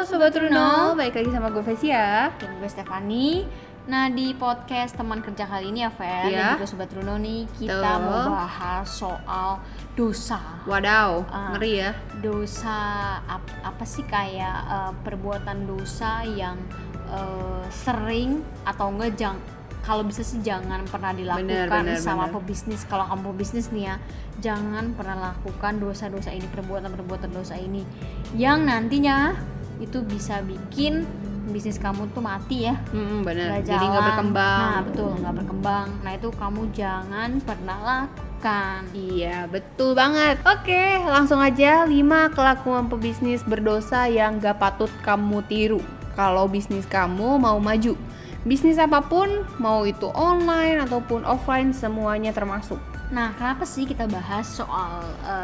Sobat Runo, balik lagi sama gue Vesia dan gue Stefani. Nah, di podcast teman kerja kali ini ya, Fer, dan juga Sobat Runo nih, kita mau bahas soal dosa. Wadaw, ngeri ya. Dosa, apa sih kayak perbuatan dosa yang sering atau enggak kalau bisa sih jangan pernah dilakukan sama pebisnis. Kalau kamu pebisnis nih ya, jangan pernah lakukan dosa-dosa ini, perbuatan dosa ini yang nantinya itu bisa bikin bisnis kamu tuh mati ya. Benar. Jadi nggak berkembang. Nah betul, nggak berkembang. Nah itu kamu jangan pernah lakukan. Iya betul banget. Oke, langsung aja 5 kelakuan pebisnis berdosa yang gak patut kamu tiru kalau bisnis kamu mau maju. Bisnis apapun, mau itu online ataupun offline, semuanya termasuk. Nah, kenapa sih kita bahas soal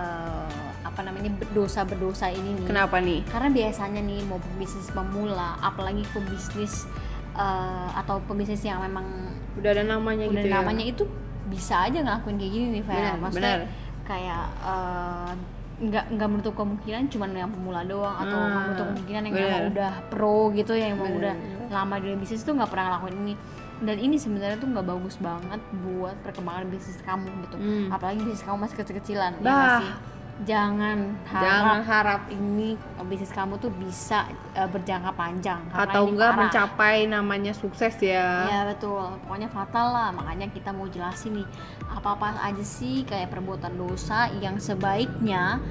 berdosa ini nih? Kenapa nih? Karena biasanya nih mau bisnis pemula, apalagi pebisnis atau pebisnis yang memang udah ada namanya gitu ya. Namanya itu bisa aja ngelakuin kayak gini nih, Fel. Maksudnya kayak nggak menutup kemungkinan cuman yang pemula doang atau nggak menutup kemungkinan yang memang udah pro gitu ya, yang memang udah lama di bisnis tuh nggak pernah ngelakuin ini. Dan ini sebenarnya tuh nggak bagus banget buat perkembangan bisnis kamu gitu. Apalagi bisnis kamu masih kecil-kecilan ya nggak sih? Jangan harap ini bisnis kamu tuh bisa berjangka panjang atau enggak mencapai namanya sukses ya. Ya betul, pokoknya fatal lah. Makanya kita mau jelasin nih apa-apa aja sih kayak perbuatan dosa yang sebaiknya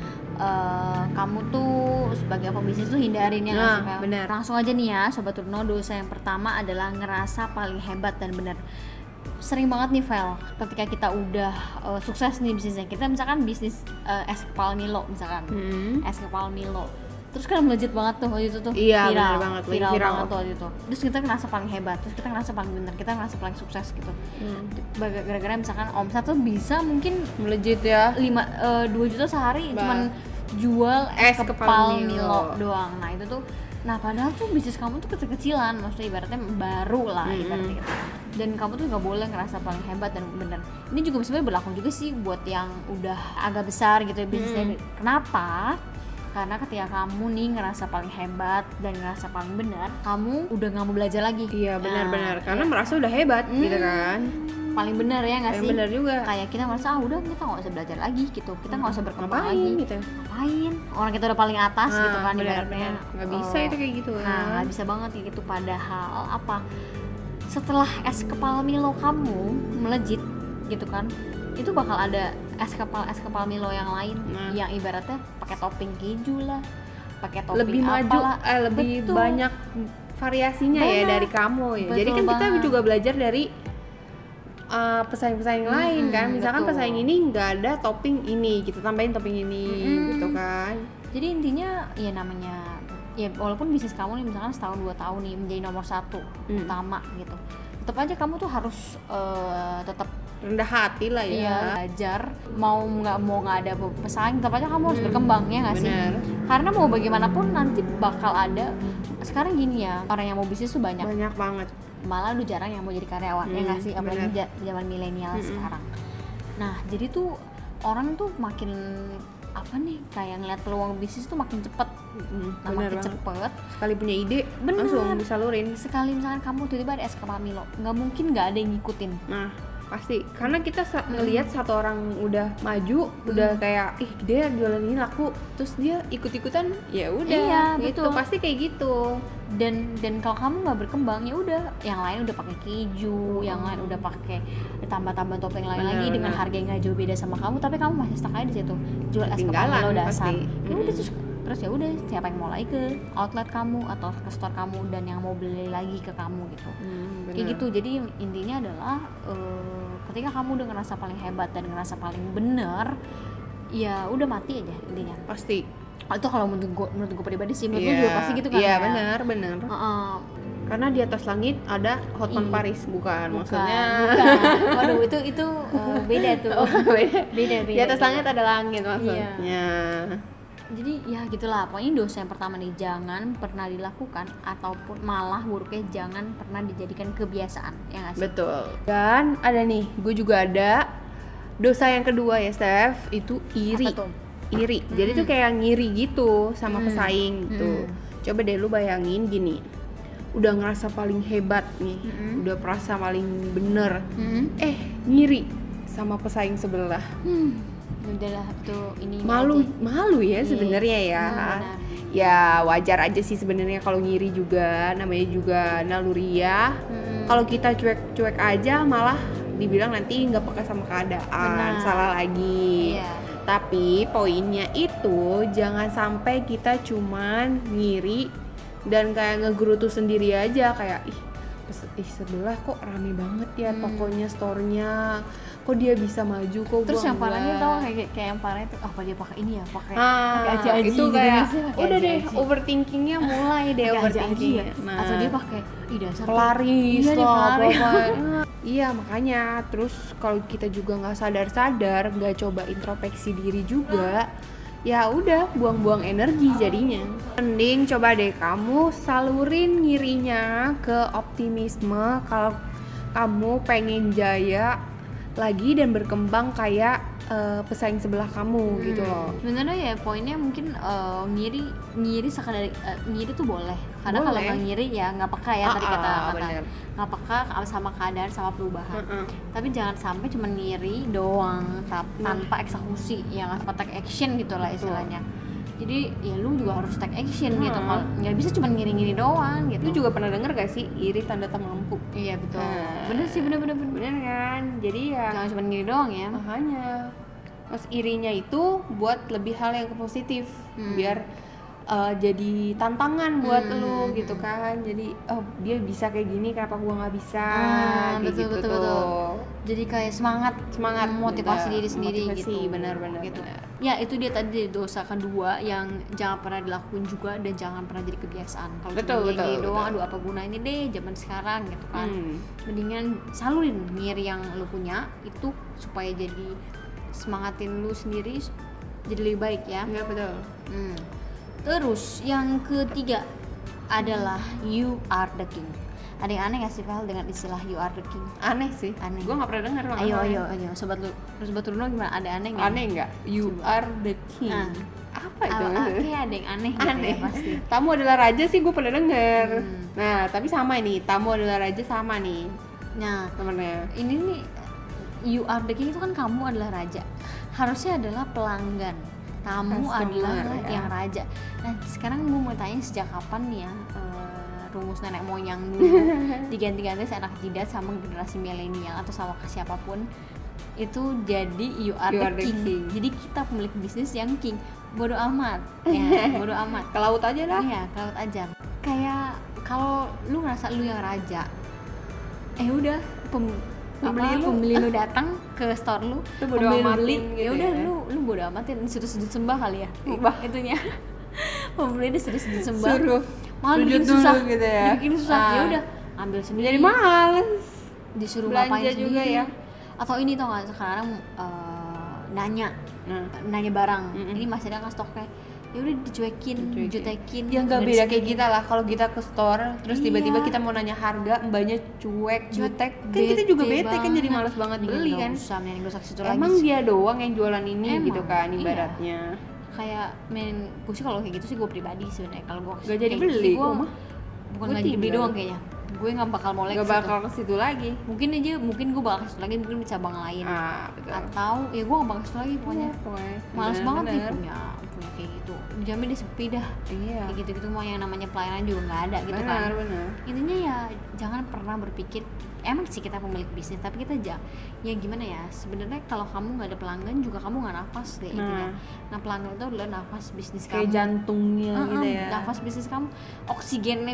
kamu tuh sebagai pebisnis tuh hindarin ya. Bener. Langsung aja nih ya Sobat Runo, dosa yang pertama adalah ngerasa paling hebat dan benar. Sering banget nih, Vel, ketika kita udah sukses nih bisnisnya. Kita misalkan bisnis es kepal Milo misalkan. Es kepal Milo. Terus kan melejit banget tuh waktu itu tuh. Iya, viral banget tuh waktu itu. Terus kita ngerasa paling hebat, terus kita ngerasa paling benar, kita ngerasa paling sukses gitu. Gara-gara misalkan omset tuh bisa mungkin melejit ya. 2 juta sehari cuman jual es kepal Milo doang. Nah, itu tuh padahal tuh bisnis kamu tuh kecil-kecilan, maksudnya ibaratnya baru lah ibaratnya gitu. Dan kamu tuh nggak boleh ngerasa paling hebat dan benar. Ini juga sebenarnya berlaku juga sih buat yang udah agak besar gitu ya bisnisnya. Kenapa? Karena ketika kamu nih ngerasa paling hebat dan ngerasa paling benar, kamu udah nggak mau belajar lagi. Iya benar-benar, karena merasa udah hebat gitu kan. Paling benar ya nggak sih? Benar juga. Kayak kita merasa udah kita nggak usah belajar lagi gitu, kita nggak usah berkembang ngapain, lagi. Gitu. Ngapain? Orang kita udah paling atas gitu kan ibaratnya. Nggak bisa itu kayak gitu. Nah nggak bisa banget kayak gitu. Padahal apa? Setelah es kepal Milo kamu melejit gitu kan, itu bakal ada es kepal Milo yang lain yang ibaratnya pakai topping keju lah, pakai topping lebih maju, lebih banyak variasinya ya dari kamu ya. Jadi kan kita juga belajar dari pesaing-pesaing lain kan. Misalkan pesaing ini nggak ada topping ini, kita tambahin topping ini gitu kan. Jadi intinya ya namanya ya walaupun bisnis kamu nih misalkan setahun 2 tahun nih menjadi nomor 1 utama gitu, tetap aja kamu tuh harus tetap rendah hati lah ya. Iya, belajar mau nggak ada pesaing, tetap aja kamu harus berkembang ya nggak sih? Karena mau bagaimanapun nanti bakal ada. Sekarang gini ya, orang yang mau bisnis tuh banyak banget. Malah udah jarang yang mau jadi karyawan ya nggak sih? Apalagi zaman milenial sekarang. Nah jadi tuh orang tuh makin kayak ngeliat peluang bisnis tuh makin cepet. Makin cepet. Sekali punya ide langsung disalurin. Sekali misalkan kamu tiba-tiba ada es kepal Milo, nggak mungkin nggak ada yang ngikutin. Nah pasti, karena kita ngelihat satu orang udah maju, udah kayak dia jualan ini laku, terus dia ikut-ikutan, ya udah gitu. Betul. Pasti kayak gitu. Dan kalau kamu nggak berkembang ya udah, yang lain udah pakai keju, yang lain udah pakai tambah topping lain lagi dengan harga yang nggak jauh beda sama kamu, tapi kamu masih stuck aja di situ jual es kepal Milo dasar. Ya udah terus ya udah, siapa yang mau lagi ke outlet kamu atau ke store kamu dan yang mau beli lagi ke kamu gitu. Kayak gitu. Jadi intinya adalah ketika kamu udah ngerasa paling hebat dan ngerasa paling bener, ya udah mati aja intinya. Pasti. Itu kalau menurut gue pribadi sih, menurut gue juga pasti gitu kan. Iya benar. Karena di atas langit ada Hotman Paris, bukan. Maksudnya. Waduh itu beda tuh. Beda. Di atas langit ada langit maksudnya. Iya. Jadi ya gitulah, pokoknya dosa yang pertama nih jangan pernah dilakukan, ataupun malah buruknya jangan pernah dijadikan kebiasaan, ya nggak sih? Betul. Dan ada nih, gue juga ada dosa yang kedua ya Steph, itu iri. Iri. Jadi tuh kayak ngiri gitu sama pesaing gitu. Coba deh lu bayangin gini, udah ngerasa paling hebat nih, udah merasa paling bener, ngiri sama pesaing sebelah. Udahlah tuh ini malu ya sebenarnya ya. Ya wajar aja sih sebenarnya kalau ngiri juga, namanya juga naluriah. Kalau kita cuek aja malah dibilang nanti nggak peka sama keadaan, salah lagi. Tapi poinnya itu jangan sampai kita cuman ngiri dan kayak ngegerutu sendiri aja, kayak sebelah kok rame banget ya tokonya, store-nya, kok dia bisa maju, kok terus yang parahnya tau kayak yang parah itu apa dia pakai ini ya, pakai aja-aja itu gitu, kayak pake udah deh overthinkingnya mulai deh overthinking ya. Atau dia pakai dasar pelaris apa. Iya makanya terus kalau kita juga nggak sadar nggak coba introspeksi diri juga, ya udah buang-buang energi jadinya. Mending coba deh kamu salurin ngirinya ke optimisme kalau kamu pengen jaya lagi dan berkembang kayak pesaing sebelah kamu gitu loh. Sebenarnya ya poinnya mungkin ngiri sekadar ngiri tuh boleh, karena kalau nggak ngiri ya nggak peka ya, tadi kata nggak peka sama keadaan sama perubahan. Tapi jangan sampai cuma ngiri doang tanpa eksekusi, yang tanpa take action gitu lah istilahnya. Jadi ya lu juga harus take action gitu, kalau nggak bisa cuma ngiri-ngiri doang gitu. Lu juga pernah denger gak sih iri tanda tak mampu? Iya betul. Bener sih, bener kan. Jadi ya jangan cuma ngiri doang ya. Makanya mas irinya itu buat lebih hal yang positif, biar jadi tantangan buat lu gitu kan. Jadi dia bisa kayak gini, kenapa gua nggak bisa? Betul. Jadi kayak semangat motivasi diri sendiri gitu. Benar gitu. Ya itu dia tadi dosa kedua yang jangan pernah dilakuin juga dan jangan pernah jadi kebiasaan. Kalau gini doang, aduh apa gunanya deh zaman sekarang gitu kan. Mendingan salurin ngiri yang lu punya itu supaya jadi semangatin lu sendiri jadi lebih baik ya. Iya betul. Terus yang ketiga adalah you are the king. Ada yang aneh gak sih Vel dengan istilah you are the king? Aneh sih. Gue gak pernah dengar. Ayo sobat Runo gimana? Ada aneh gak? Aneh gak? You are the king. Apa itu? Kayak ada yang aneh gitu ya pasti. Tamu adalah raja sih gue pernah denger. Nah tapi sama nih, tamu adalah raja sama nih. Nah temennya ini nih, you are the king itu kan kamu adalah raja, harusnya adalah pelanggan, tamu adalah yang raja. Nah sekarang gue mau tanya, sejak kapan nih ya rumus nenek moyang dulu diganti-ganti seenak jidat sama generasi milenial atau sama siapapun itu jadi you are the king. Jadi kita pemilik bisnis yang king, bodo amat ya, bodo amat, ke laut aja lah. Iya ke laut aja. Kayak kalau lu ngerasa lu yang raja, udah pembeli lu datang ke store lu bodo amatin gitu ya udah lu bodo amatin, sujud sembah kali ya itunya. Pembeli dia sujud sembah, suruh malah bikin susah gitu ya. Ya udah ambil sendiri, jadi males, disuruh belanja ngapain juga sendiri ya. Atau ini tau gak sekarang nanya barang, ini masih ada nggak stoknya, ya udah dicuekin, jutekin. Ya nggak beda kayak kita lah, kalau kita ke store terus tiba-tiba kita mau nanya harga, mbaknya cuek, jutek, kan kita juga bete kan, jadi malas banget beli kan. Emang lagi. Dia doang yang jualan ini gitu kan ibaratnya. Kayak gue sih kalau kayak gitu sih, gue pribadi sebenarnya kalau gue gak jadi beli, gue bukan gak jadi beli doang kayaknya, gue nggak bakal molek, nggak bakal ke situ lagi. Mungkin gue bakal ke situ lagi, mungkin di cabang lain. Betul. Atau ya gue nggak bakal ke situ lagi pokoknya. Males banget nih punya kayak gitu, jamin dia sepi dah. Kayak gitu mau yang namanya pelayanan juga nggak ada gitu kan. Intinya ya jangan pernah berpikir emang sih kita pemilik bisnis, tapi kita ya gimana ya, sebenarnya kalau kamu nggak ada pelanggan juga kamu nggak nafas deh intinya. Nah pelanggan itu adalah nafas bisnis kamu, kayak jantungnya gitu ya, nafas bisnis kamu, oksigennya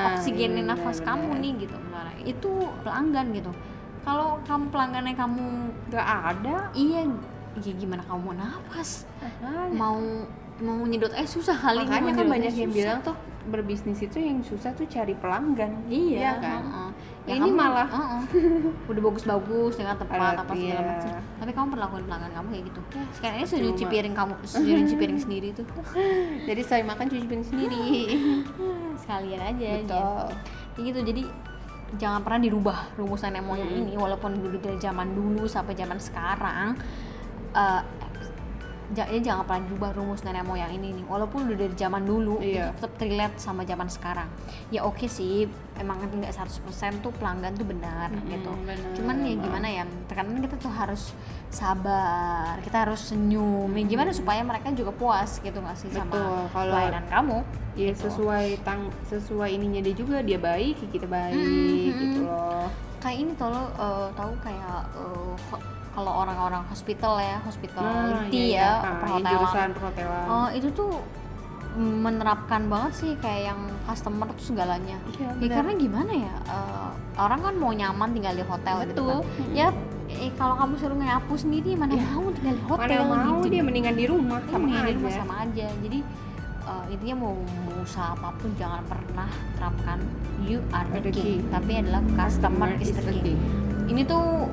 nafas kamu nih gitu. Nah itu pelanggan gitu. Kalau kamu pelanggannya kamu nggak ada, ya gimana kamu mau nafas, mau nyedot susah kali. Makanya kan banyak yang bilang tuh berbisnis itu yang susah tuh cari pelanggan. Iya kan. Ya ini kamu, malah udah bagus-bagus dengan tempat apa segala macam, tapi kamu perlakuin pelanggan kamu kayak gitu. Sekarang ini sudah cuci piring kamu, sudah cuci piring sendiri tuh. Jadi saya makan cuci piring sendiri. Sekalian aja. Betul. Kayak gitu. Jadi jangan pernah dirubah rumus nenek moyang ini, walaupun dulu dari zaman dulu sampai zaman sekarang. jangan pernah jubah rumus nenek moyang ini nih, walaupun udah dari zaman dulu itu tetap relate sama zaman sekarang. Ya oke sih, emang nggak 100% tuh pelanggan tuh benar gitu. Cuman ya gimana ya, terkadang kita tuh harus sabar, kita harus senyum. Ya gimana supaya mereka juga puas gitu nggak sih sama pelayanan kamu? Ya gitu. sesuai ininya dia juga, dia baik, kita baik gitu loh. Kayak ini tahu kayak kalau orang-orang hospitality jurusan perhotelan. Itu tuh menerapkan banget sih kayak yang customer tuh segalanya. Karena gimana ya, orang kan mau nyaman tinggal di hotel. Betul. Gitu kan. Ya kalau kamu suruh nyapu sendiri mana mau tinggal di hotel. Mana mau gitu. Dia mendingan di rumah sama aja. Jadi intinya mau usaha apapun jangan pernah terapkan you are the king, tapi adalah customer is the king. Ini tuh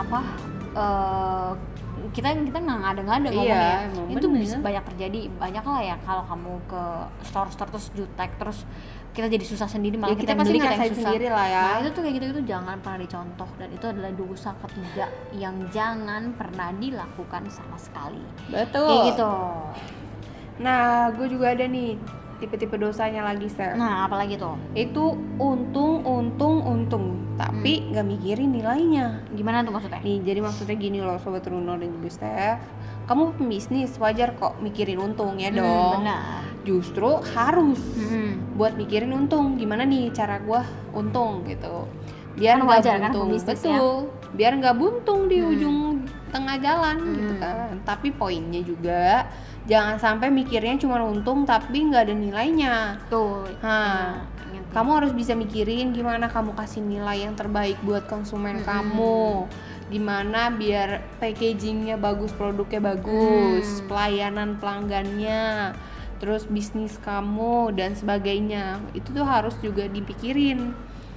kita nggak ngada-ngada ngomongnya. Itu bisa banyak terjadi, banyak lah ya kalau kamu ke store terus jutek terus kita jadi susah sendiri, malah kita beli kita yang susah sendiri lah ya. Nah itu tuh kayak gitu jangan pernah dicontoh, dan itu adalah dosa ketiga yang jangan pernah dilakukan sama sekali. Betul. Kayak gitu. Nah, gue juga ada nih tipe-tipe dosanya lagi, Seth. Nah, apalagi tuh? Itu untung, tapi nggak mikirin nilainya. Gimana tuh maksudnya? Nih, jadi maksudnya gini loh, Sobat Runner dan juga Steph. Kamu pembisnis, wajar kok mikirin untung ya dong. Benar. Justru harus buat mikirin untung. Gimana nih cara gue untung gitu? Biar nggak buntung, kan, betul. Biar nggak buntung di ujung tengah jalan gitu kan. Tapi poinnya juga jangan sampai mikirnya cuma untung tapi nggak ada nilainya. Tuh. Kamu harus bisa mikirin gimana kamu kasih nilai yang terbaik buat konsumen kamu. Gimana biar packagingnya bagus, produknya bagus, pelayanan pelanggannya, terus bisnis kamu dan sebagainya. Itu tuh harus juga dipikirin.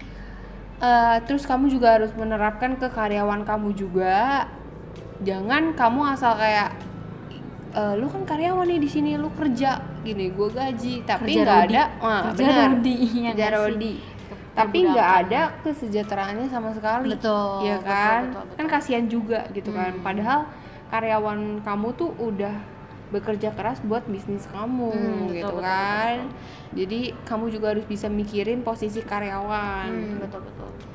Terus kamu juga harus menerapkan ke karyawan kamu juga. Jangan kamu asal kayak lu kan karyawan nih di sini, lu kerja gini, gue gaji, tapi nggak ada, kerja rodi, tapi nggak ada kesejahteraannya sama sekali. Betul. Ya kan, betul. Kan kasihan juga gitu kan. Padahal karyawan kamu tuh udah bekerja keras buat bisnis kamu, gitu kan. Betul. Jadi kamu juga harus bisa mikirin posisi karyawan. Betul.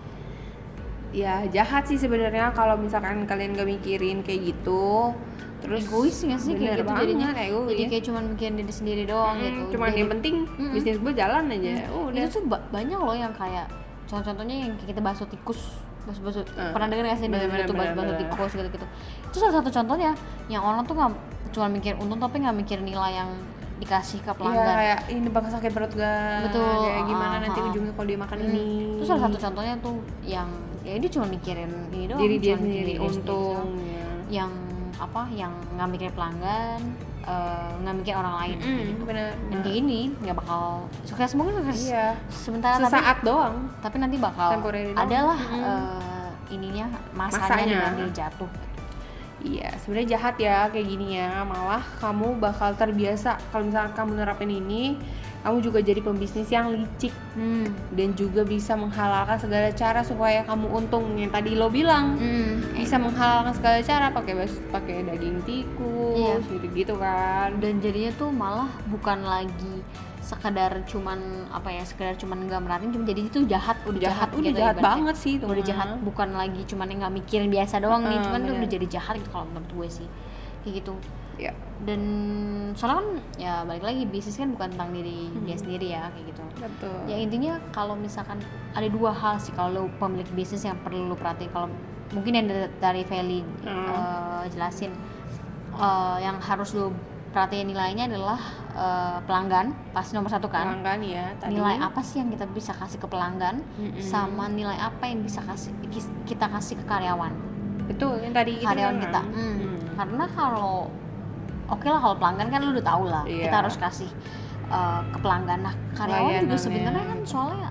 Ya jahat sih sebenarnya kalau misalkan kalian gak mikirin kayak gitu. Terus egois nggak sih kayak gitu jadinya, jadi kayak cuma mikirin diri sendiri doang gitu. Cuman yang penting bisnis gue jalan aja. Itu tuh banyak loh yang kayak contohnya yang kayak kita bakso tikus. Pernah denger nggak sih itu bakso tikus gitu. Itu salah satu contohnya yang orang tuh nggak cuma mikir untung tapi nggak mikir nilai yang dikasih ke pelanggan. Iya, kayak ini bakal sakit perut gak? Betul. Kayak gimana nanti ujungnya kalau dia makan ini. Itu salah satu contohnya tuh yang ya dia cuma mikirin ini doang, diri dia sendiri, untung yang yang nggak mikir pelanggan, nggak mikir orang lain gitu. Bener. Dan kayak gini nggak bakal sukses, mungkin sukses sebentar sesaat doang, tapi nanti bakal adalah ininya masanya dia jatuh. Iya, sebenarnya jahat ya kayak gini ya. Malah kamu bakal terbiasa kalau misalkan kamu nerapin ini, kamu juga jadi pembisnis yang licik dan juga bisa menghalalkan segala cara supaya kamu untung. Yang tadi lo bilang bisa menghalalkan segala cara, pakai daging tikus gitu kan. Dan jadinya tuh malah bukan lagi sekedar cuman nggak merhatiin, cuma jadi itu jahat banget sih itu. Udah jahat, bukan lagi cuman yang nggak mikirin biasa doang nih, cuman tuh udah jadi jahat gitu kalau menurut gue sih kayak gitu. Ya. Dan soalnya kan ya balik lagi bisnis kan bukan tentang diri dia sendiri ya kayak gitu. Betul. Ya intinya kalau misalkan ada dua hal sih kalau pemilik bisnis yang perlu lo perhatiin, kalau mungkin yang dari Feli jelasin, yang harus lo perhatian nilainya adalah pelanggan, pasti nomor satu kan. Pelanggan ya. Tadi. Nilai apa sih yang kita bisa kasih ke pelanggan, sama nilai apa yang bisa kita kasih ke karyawan. Betul, yang tadi karyawan itu kita. Karena kalau lah kalau pelanggan kan lu udah tahu lah, kita harus kasih ke pelanggan. Nah karyawan juga sebenarnya kan soalnya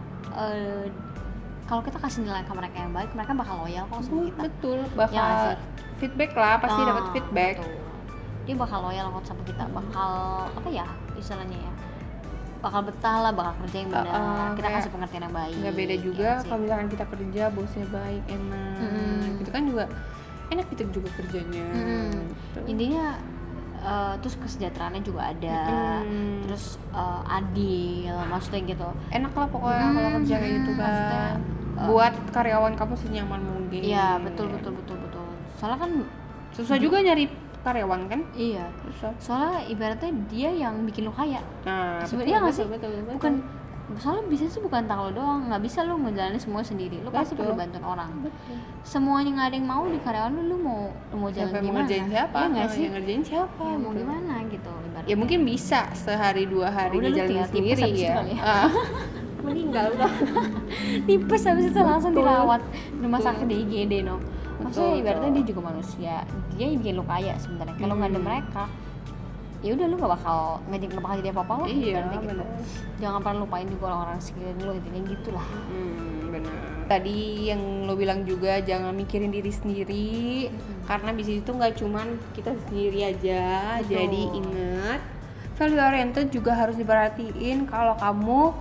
kalau kita kasih nilai ke mereka yang baik, mereka bakal loyal kok sama kita. Betul, bakal feedback lah, pasti dapat feedback. Betul. Dia bakal loyal kok sama kita, bakal istilahnya ya, bakal betah lah, bakal kerja yang benar, kita kasih pengertian yang baik. Nggak beda juga kalau misalkan kita kerja bosnya baik, enak, itu kan juga enak, kita juga kerjanya. Intinya terus kesejahteraannya juga ada, terus adil, maksudnya gitu. Enak lah pokoknya kalau kerja kayak gitu kan. Buat karyawan kamu senyaman mungkin. Iya, betul. Soalnya kan susah juga nyari karyawan kan? Iya. Susah. Soalnya ibaratnya dia yang bikin lo kaya. Nah, sebenarnya nggak sih? Betul. Bukan, soalnya bisnis itu bukan tentang lo doang, nggak bisa lo ngejalanin semua sendiri. Lo pasti perlu bantuan orang. Betul. Semuanya nggak ada yang mau di karyawan lo mau jalan Siapa gimana? ngerjain siapa? Ya nggak sih? Yang ngerjain siapa? Ya, mau gitu. gimana gitu ibaratnya. Ya mungkin bisa sehari 2 hari Udah, lu dijalanin tinggal tipes sendiri habis itu ya. kali ya. Meninggal udah. Tipes habis itu langsung Betul. dirawat di rumah sakit di IGD no. Maksudnya Betul, ibaratnya dia juga manusia, dia yang bikin lo kaya sebenarnya. Kalau nggak ada mereka, ya udah lu nggak bakal jadi apa-apa lo. Iya, ibaratnya gitu. benar. Jangan pernah lupain juga orang-orang sekeliling lo, intinya gitulah. Benar. Tadi yang lo bilang juga jangan mikirin diri sendiri, karena bisnis itu nggak cuman kita sendiri aja. Betul. Jadi ingat, value oriented juga harus diperhatiin kalau kamu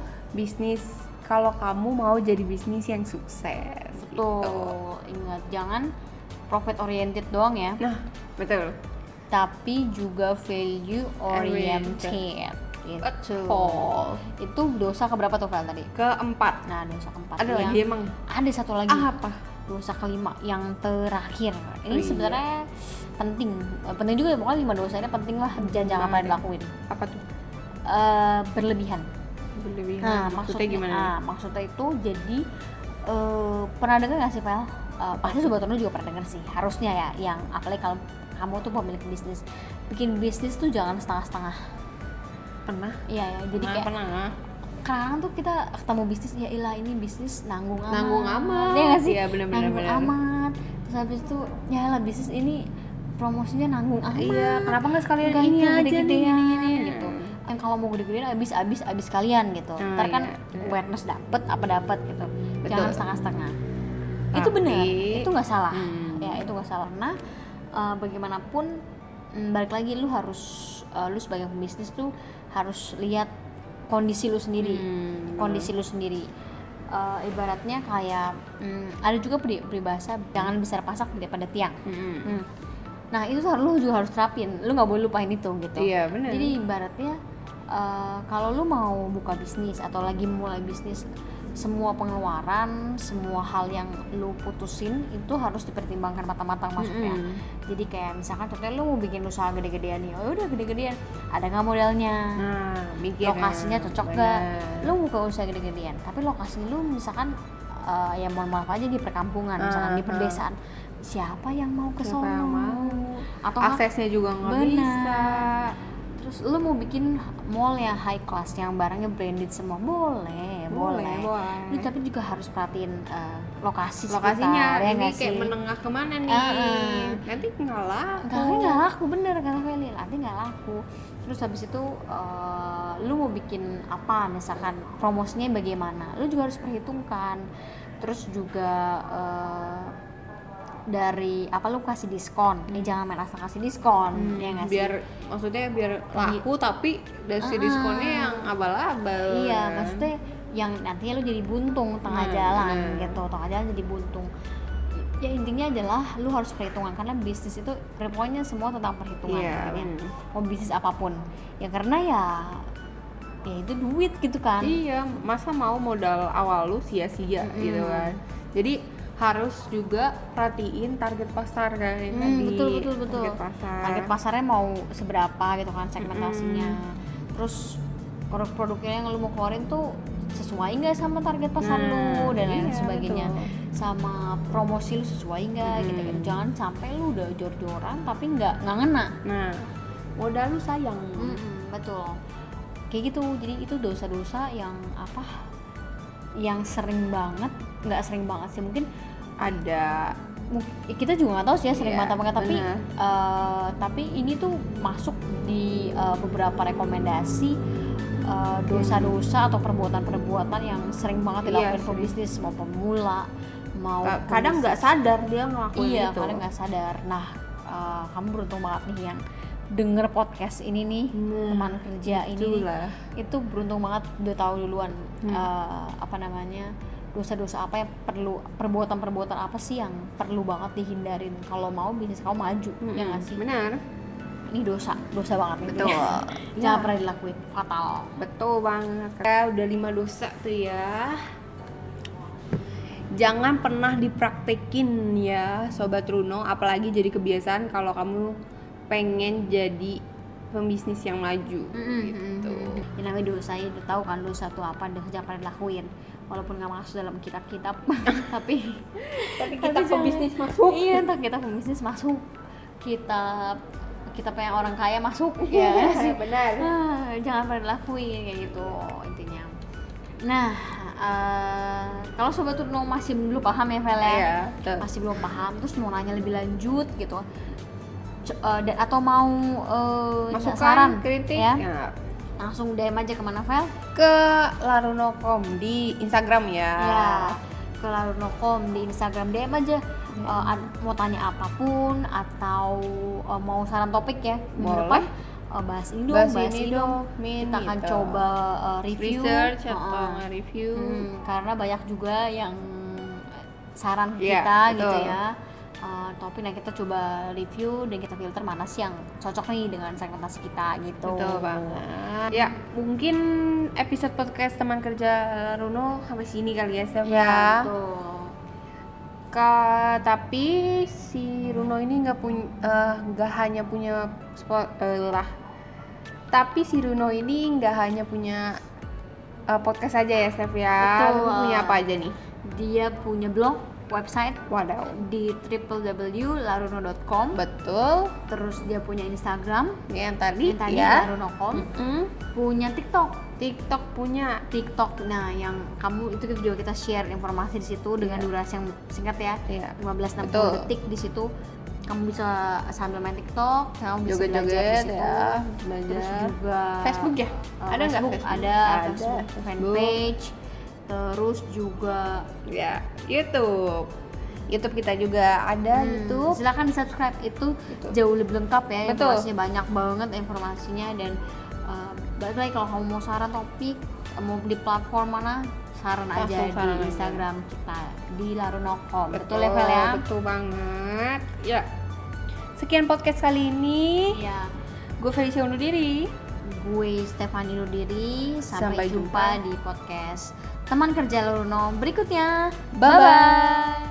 mau jadi bisnis yang sukses. Betul. Gitu. Ingat, jangan profit oriented doang ya, Nah, betul. tapi juga value oriented. Gitu. Betul. Itu dosa keberapa tuh Vel tadi? Keempat. Nah, dosa keempat. Ada yang lagi emang? Ada satu lagi. Apa? Dosa kelima yang terakhir. Ini Oh, iya. sebenarnya penting juga ya, pokoknya 5 dosa ini penting lah, jangan pernah dilakuin. Apa tuh? Berlebihan. Berlebihan. Nah, maksudnya gimana? Maksudnya itu jadi pernah dengar nggak sih Vel? Pasti sobat Tono juga pernah dengar sih, harusnya ya, yang apalagi kalau kamu tuh pemilik bisnis, bikin bisnis tuh jangan setengah-setengah. Pernah? Iya ya, jadi kayak pernah. kadang tuh kita ketemu bisnis, ya ilah ini bisnis nanggung amat. Iya nggak sih? Iya, benar-benar. Nanggung amat. Terus habis itu ya lah bisnis ini promosinya nanggung amat. Iya, kenapa nggak sekalian Nggak ini yang aja gede-gedean nih? gitu. Yang kalau mau gede-gedean abis kalian gitu. Ntar kan iya. awareness dapet gitu. Betul. Jangan setengah-setengah. Itu Tapi- benar, itu nggak salah. Hmm. Ya itu nggak salah. Nah, bagaimanapun balik lagi lu harus lu sebagai pembisnis tuh harus lihat kondisi lu sendiri. Kondisi lu sendiri. Ibaratnya kayak ada juga peribahasa jangan besar pasak daripada tiang. Nah itu lu juga harus terapin, lu nggak boleh lupain itu gitu. Iya, benar. Jadi ibaratnya kalau lu mau buka bisnis atau lagi mulai bisnis, semua pengeluaran, semua hal yang lu putusin itu harus dipertimbangkan matang-matang maksudnya. Jadi kayak misalkan contohnya lu mau bikin usaha gede-gedean nih, oh udah gede-gedean, ada nggak modalnya? Nah, mikir Lokasinya cocok nggak? Lu buka usaha gede-gedean, tapi lokasi lu misalkan ya mohon maaf aja di perkampungan, misalkan di pedesaan, siapa yang mau ke Siapa sono? yang mau? Atau nggak- aksesnya juga nggak Benar. bisa. Terus lu mau bikin mall yang high class yang barangnya branded semua, boleh. Lu tapi juga harus perhatiin lokasinya, Lokasinya ya ini nggak kayak sih? menengah kemana nih? Nanti nggak laku. Nggak laku, bener kata Feli, nanti nggak laku. Terus habis itu lu mau bikin apa, misalkan promosinya bagaimana, lu juga harus perhitungkan. Terus juga dari apa lu kasih diskon, jangan main asal kasih diskon, ya nggak sih? Biar laku tapi dari diskonnya yang abal-abal. Iya, maksudnya yang nantinya lu jadi buntung tengah jalan gitu, tengah jalan jadi buntung. Ya intinya adalah lu harus perhitungan, karena bisnis itu pokoknya semua tentang perhitungan. Iya, intinya. Mau bisnis apapun, ya karena ya itu duit gitu kan. Iya, masa mau modal awal lu sia-sia gitu kan. Jadi harus juga perhatiin target pasar kan yang tadi. Betul. Target Pasarnya mau seberapa gitu kan segmentasinya. Terus produk-produknya yang lu mau keluarin tuh sesuai nggak sama target pasar lu dan lain iya, sebagainya. betul. Sama promosi lu sesuai nggak gitu kan. Jangan sampai lu udah jor-joran tapi nggak ngena. Nah, modal lu sayang. Betul. Kayak gitu. Jadi itu dosa-dosa yang apa? Yang sering banget, nggak sering banget sih, mungkin Ada kita juga nggak tahu sih ya sering Iya, banget apa nggak, benar. tapi ini tuh masuk di beberapa rekomendasi dosa-dosa atau perbuatan-perbuatan yang sering banget dilakukan Iya, pebisnis, mau pemula, mau kadang nggak sadar dia ngelakuin iya itu. kadang nggak sadar. Nah kamu beruntung banget nih yang denger podcast ini nih, teman kerja ini itulah. itu beruntung banget udah tahu duluan apa namanya, dosa-dosa apa yang perlu, perbuatan-perbuatan apa sih yang perlu banget dihindarin kalau mau bisnis kamu maju, ya nggak sih? Benar. Ini dosa banget nih. Betul. Jangan pernah dilakuin, fatal. Betul banget. Udah 5 dosa tuh ya. Jangan pernah dipraktekin ya Sobat Runo, apalagi jadi kebiasaan kalau kamu pengen jadi pembisnis yang maju gitu. Yang namanya dosa, ya udah tahu kan dosa itu apa, dosa jangan pernah dilakuin. Walaupun nggak masuk dalam kitab-kitab, tapi kita pembisnis masuk. Iya, entah kita pembisnis masuk, kita pengen orang kaya masuk, ya sih. Benar. Jangan pernah dilakuin kayak gitu intinya. Nah, kalau Sobat Runo masih belum paham ya Vel ya, masih belum paham, terus mau nanya lebih lanjut gitu, atau mau masukan, saran, kritik, ya, langsung DM aja kemana Vel? Ke Laruno.com di Instagram ya. Ke Laruno.com di Instagram, DM aja. Mau tanya apapun atau mau saran topik ya minggu depan, bahas ini dong. Kita akan coba review, research atau review, karena banyak juga yang saran kita gitu ya. Topik yang kita coba review dan kita filter mana sih yang cocok nih dengan segmentasi kita gitu. Betul banget. Ya, mungkin episode podcast teman kerja Runo sampai sini kali ya, Steph ya. Betul. Tapi si Runo ini nggak hanya punya tapi si Runo ini nggak hanya punya podcast aja ya, Steph ya. Betul. Punya apa aja nih? Dia punya blog, website, di www.laruno.com. Betul. Terus dia punya Instagram yang tadi ya, laruno.com. Punya TikTok punya. Nah, yang kamu itu juga kita share informasi di situ dengan durasi yang singkat ya, 15-60 detik. Di situ kamu bisa sambil main TikTok, kamu bisa belajar di situ ya, terus juga Facebook ya, ada nggak Facebook? Ada Facebook fanpage, terus juga ya YouTube kita juga ada. YouTube silakan di subscribe, itu jauh lebih lengkap ya. Betul. Informasinya banyak banget informasinya. Dan balik lagi kalau kamu mau saran topik, mau di platform mana, saran aja di Instagram kita di laruno.com. Betul ya Vel ya? Betul banget ya. Sekian podcast kali ini ya. Gue Felicia undur diri. Gue Stefani undur diri. Sampai jumpa di podcast teman kerja Laruno berikutnya. Bye bye.